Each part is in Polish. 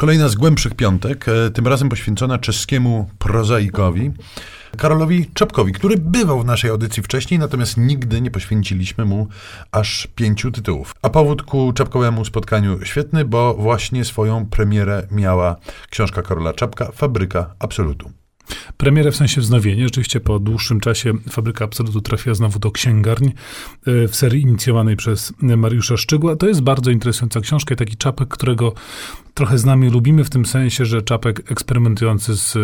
Kolejna z głębszych piątek, tym razem poświęcona czeskiemu prozaikowi Karolowi Czapkowi, który bywał w naszej audycji wcześniej, natomiast nigdy nie poświęciliśmy mu aż 5 tytułów. A powód ku czapkowemu spotkaniu świetny, bo właśnie swoją premierę miała książka Karola Czapka, Fabryka Absolutu. Premierę w sensie wznowienie. Rzeczywiście po dłuższym czasie Fabryka Absolutu trafiła znowu do księgarni w serii inicjowanej przez Mariusza Szczygła. To jest bardzo interesująca książka i taki Czapek, którego trochę znamy i lubimy w tym sensie, że Czapek eksperymentujący z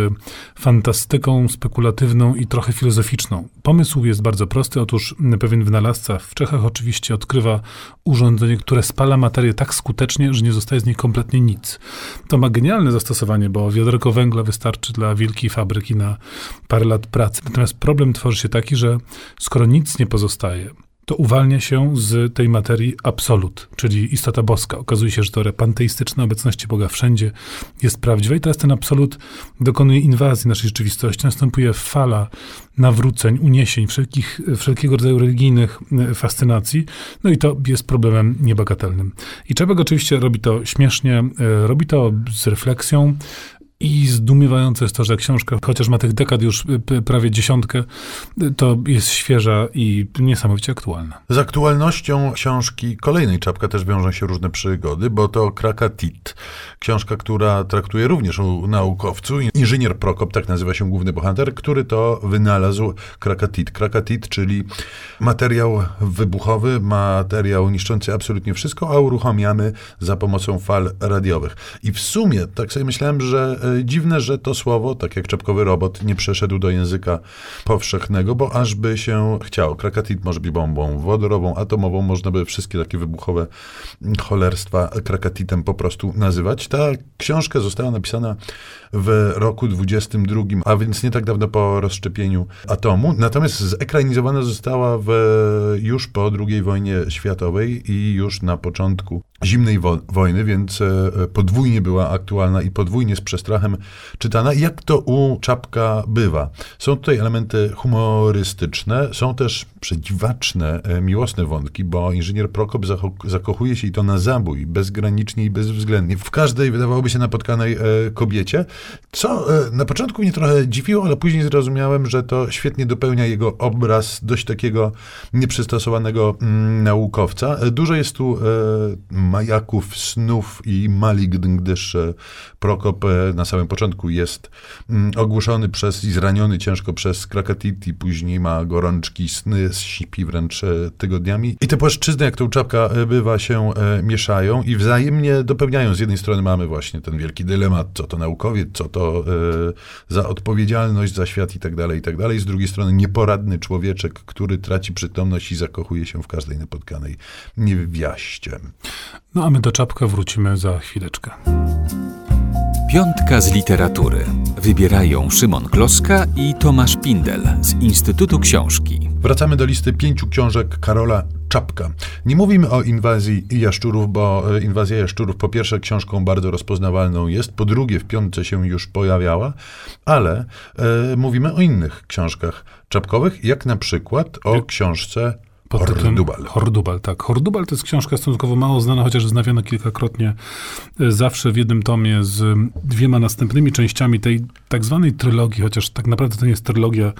fantastyką spekulatywną i trochę filozoficzną. Pomysł jest bardzo prosty. Otóż pewien wynalazca w Czechach oczywiście odkrywa urządzenie, które spala materię tak skutecznie, że nie zostaje z niej kompletnie nic. To ma genialne zastosowanie, bo wiaderko węgla wystarczy dla wielkiej fabryki na parę lat pracy. Natomiast problem tworzy się taki, że skoro nic nie pozostaje, to uwalnia się z tej materii absolut, czyli istota boska. Okazuje się, że teoria panteistyczna obecności Boga wszędzie jest prawdziwa i teraz ten absolut dokonuje inwazji naszej rzeczywistości. Następuje fala nawróceń, uniesień, wszelkiego rodzaju religijnych fascynacji. No i to jest problemem niebagatelnym. I Czapek oczywiście robi to śmiesznie, robi to z refleksją. I zdumiewające jest to, że książka, chociaż ma tych dekad już prawie 10, to jest świeża i niesamowicie aktualna. Z aktualnością książki kolejnej Czapka też wiążą się różne przygody, bo to Krakatit. Książka, która traktuje również o naukowcu. Inżynier Prokop, tak nazywa się główny bohater, który to wynalazł Krakatit. Krakatit, czyli materiał wybuchowy, materiał niszczący absolutnie wszystko, a uruchamiamy za pomocą fal radiowych. I w sumie, tak sobie myślałem, że dziwne, że to słowo, tak jak czapkowy robot, nie przeszedł do języka powszechnego, bo aż by się chciało. Krakatit może być bombą wodorową, atomową, można by wszystkie takie wybuchowe cholerstwa krakatitem po prostu nazywać. Ta książka została napisana w roku 22, a więc nie tak dawno po rozszczepieniu atomu. Natomiast zekranizowana została już po II wojnie światowej i już na początku zimnej wojny, więc podwójnie była aktualna i podwójnie z przestrachem czytana. Jak to u Czapka bywa? Są tutaj elementy humorystyczne, są też przedziwaczne, miłosne wątki, bo inżynier Prokop zakochuje się i to na zabój, bezgranicznie i bezwzględnie, w każdej, wydawałoby się, napotkanej kobiecie, co na początku mnie trochę dziwiło, ale później zrozumiałem, że to świetnie dopełnia jego obraz dość takiego nieprzystosowanego naukowca. Dużo jest tu majaków, snów i malign, gdyż Prokop na samym początku jest ogłuszony i zraniony ciężko przez Krakatit i później ma gorączki, sny, śpi wręcz tygodniami. I te płaszczyzny, jak to u Czapka bywa, się mieszają i wzajemnie dopełniają. Z jednej strony mamy właśnie ten wielki dylemat, co to naukowiec, co to za odpowiedzialność za świat i tak dalej. Z drugiej strony nieporadny człowieczek, który traci przytomność i zakochuje się w każdej napotkanej niewiaście. No a my do Czapka wrócimy za chwileczkę. Piątka z literatury. Wybierają Szymon Kloska i Tomasz Pindel z Instytutu Książki. Wracamy do listy 5 książek Karola Czapka. Nie mówimy o inwazji jaszczurów, bo inwazja jaszczurów po pierwsze książką bardzo rozpoznawalną jest, po drugie w piątce się już pojawiała, ale mówimy o innych książkach czapkowych, jak na przykład o książce Hordubal. Hordubal, tak. Hordubal to jest książka stosunkowo mało znana, chociaż wznawiana kilkakrotnie, zawsze w jednym tomie z 2 następnymi częściami tej tak zwanej trylogii, chociaż tak naprawdę to nie jest trylogia,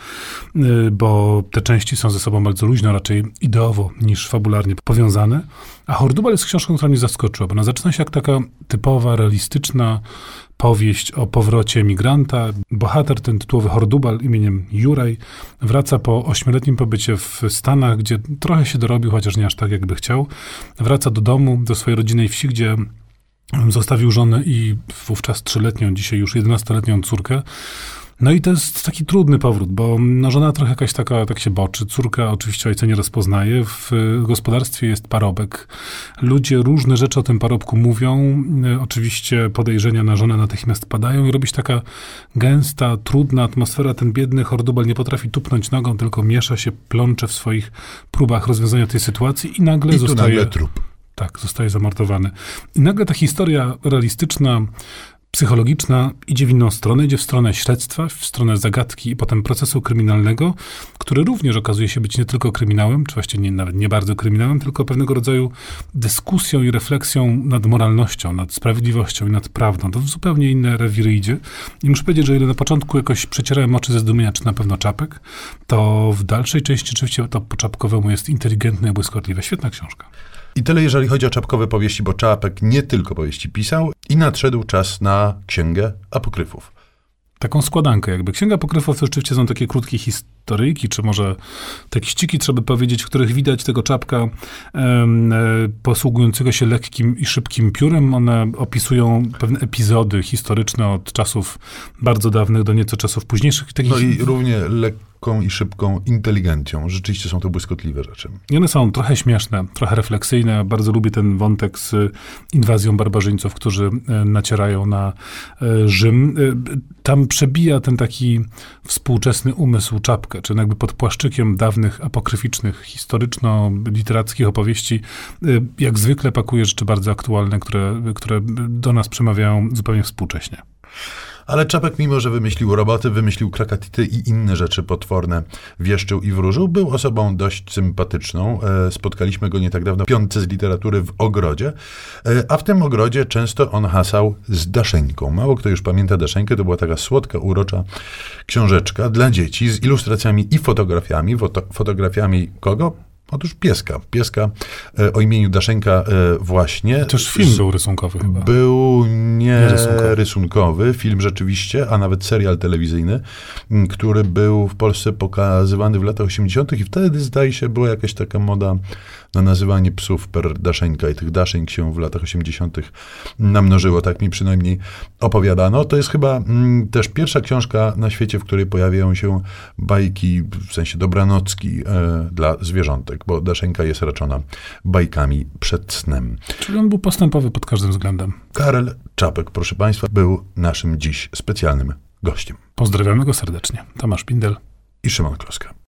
bo te części są ze sobą bardzo luźno, raczej ideowo niż fabularnie powiązane. A Hordubal jest książką, która mnie zaskoczyła, bo ona zaczyna się jak taka typowa, realistyczna powieść o powrocie emigranta. Bohater, ten tytułowy Hordubal imieniem Juraj, wraca po 8-letnim pobycie w Stanach, gdzie trochę się dorobił, chociaż nie aż tak, jakby chciał. Wraca do domu, do swojej rodzinnej wsi, gdzie zostawił żonę i wówczas 3-letnią, dzisiaj już 11-letnią córkę. No i to jest taki trudny powrót, bo żona trochę jakaś taka, tak się boczy. Córka oczywiście ojca nie rozpoznaje. W gospodarstwie jest parobek. Ludzie różne rzeczy o tym parobku mówią. Oczywiście podejrzenia na żonę natychmiast padają i robi się taka gęsta, trudna atmosfera. Ten biedny Hordubal nie potrafi tupnąć nogą, tylko miesza się, plącze w swoich próbach rozwiązania tej sytuacji i nagle nagle trup. Tak, zostaje zamordowany. I nagle ta historia realistyczna psychologiczna idzie w inną stronę, idzie w stronę śledztwa, w stronę zagadki i potem procesu kryminalnego, który również okazuje się być nie tylko kryminałem, czy właściwie nawet nie bardzo kryminałem, tylko pewnego rodzaju dyskusją i refleksją nad moralnością, nad sprawiedliwością i nad prawdą. To w zupełnie inne rewiry idzie. I muszę powiedzieć, że ile na początku jakoś przecierałem oczy ze zdumienia, czy na pewno Czapek, to w dalszej części oczywiście to po czapkowemu jest inteligentne i błyskotliwe. Świetna książka. I tyle, jeżeli chodzi o czapkowe powieści, bo Czapek nie tylko powieści pisał i nadszedł czas na Księgę Apokryfów. Taką składankę jakby. Księga Apokryfów to rzeczywiście są takie krótkie historyjki, czy może tekściki, trzeba by powiedzieć, w których widać tego Czapka posługującego się lekkim i szybkim piórem. One opisują pewne epizody historyczne od czasów bardzo dawnych do nieco czasów późniejszych. No i równie lekką i szybką inteligencją. Rzeczywiście są to błyskotliwe rzeczy. I one są trochę śmieszne, trochę refleksyjne. Bardzo lubię ten wątek z inwazją barbarzyńców, którzy nacierają na Rzym. Tam przebija ten taki współczesny umysł Czapkę, czy jakby pod płaszczykiem dawnych apokryficznych, historyczno-literackich opowieści, jak zwykle pakuje rzeczy bardzo aktualne, które do nas przemawiają zupełnie współcześnie. Ale Czapek, mimo że wymyślił roboty, wymyślił krakatity i inne rzeczy potworne, wieszczył i wróżył, był osobą dość sympatyczną. Spotkaliśmy go nie tak dawno w piątce z literatury w ogrodzie, a w tym ogrodzie często on hasał z Daszeńką. Mało kto już pamięta Daszeńkę, to była taka słodka, urocza książeczka dla dzieci z ilustracjami i fotografiami. Fotografiami kogo? Otóż pieska o imieniu Daszenka właśnie. Też film był rysunkowy chyba. Był nie rysunkowy, film rzeczywiście, a nawet serial telewizyjny, który był w Polsce pokazywany w latach 80. i wtedy, zdaje się, była jakaś taka moda na nazywanie psów per Daszeńka i tych Daszeńk się w latach 80. namnożyło, tak mi przynajmniej opowiadano. To jest chyba też pierwsza książka na świecie, w której pojawiają się bajki, w sensie dobranocki dla zwierzątek, bo Daszenka jest raczona bajkami przed snem. Czyli on był postępowy pod każdym względem. Karel Czapek, proszę Państwa, był naszym dziś specjalnym gościem. Pozdrawiamy go serdecznie. Tomasz Pindel i Szymon Kloska.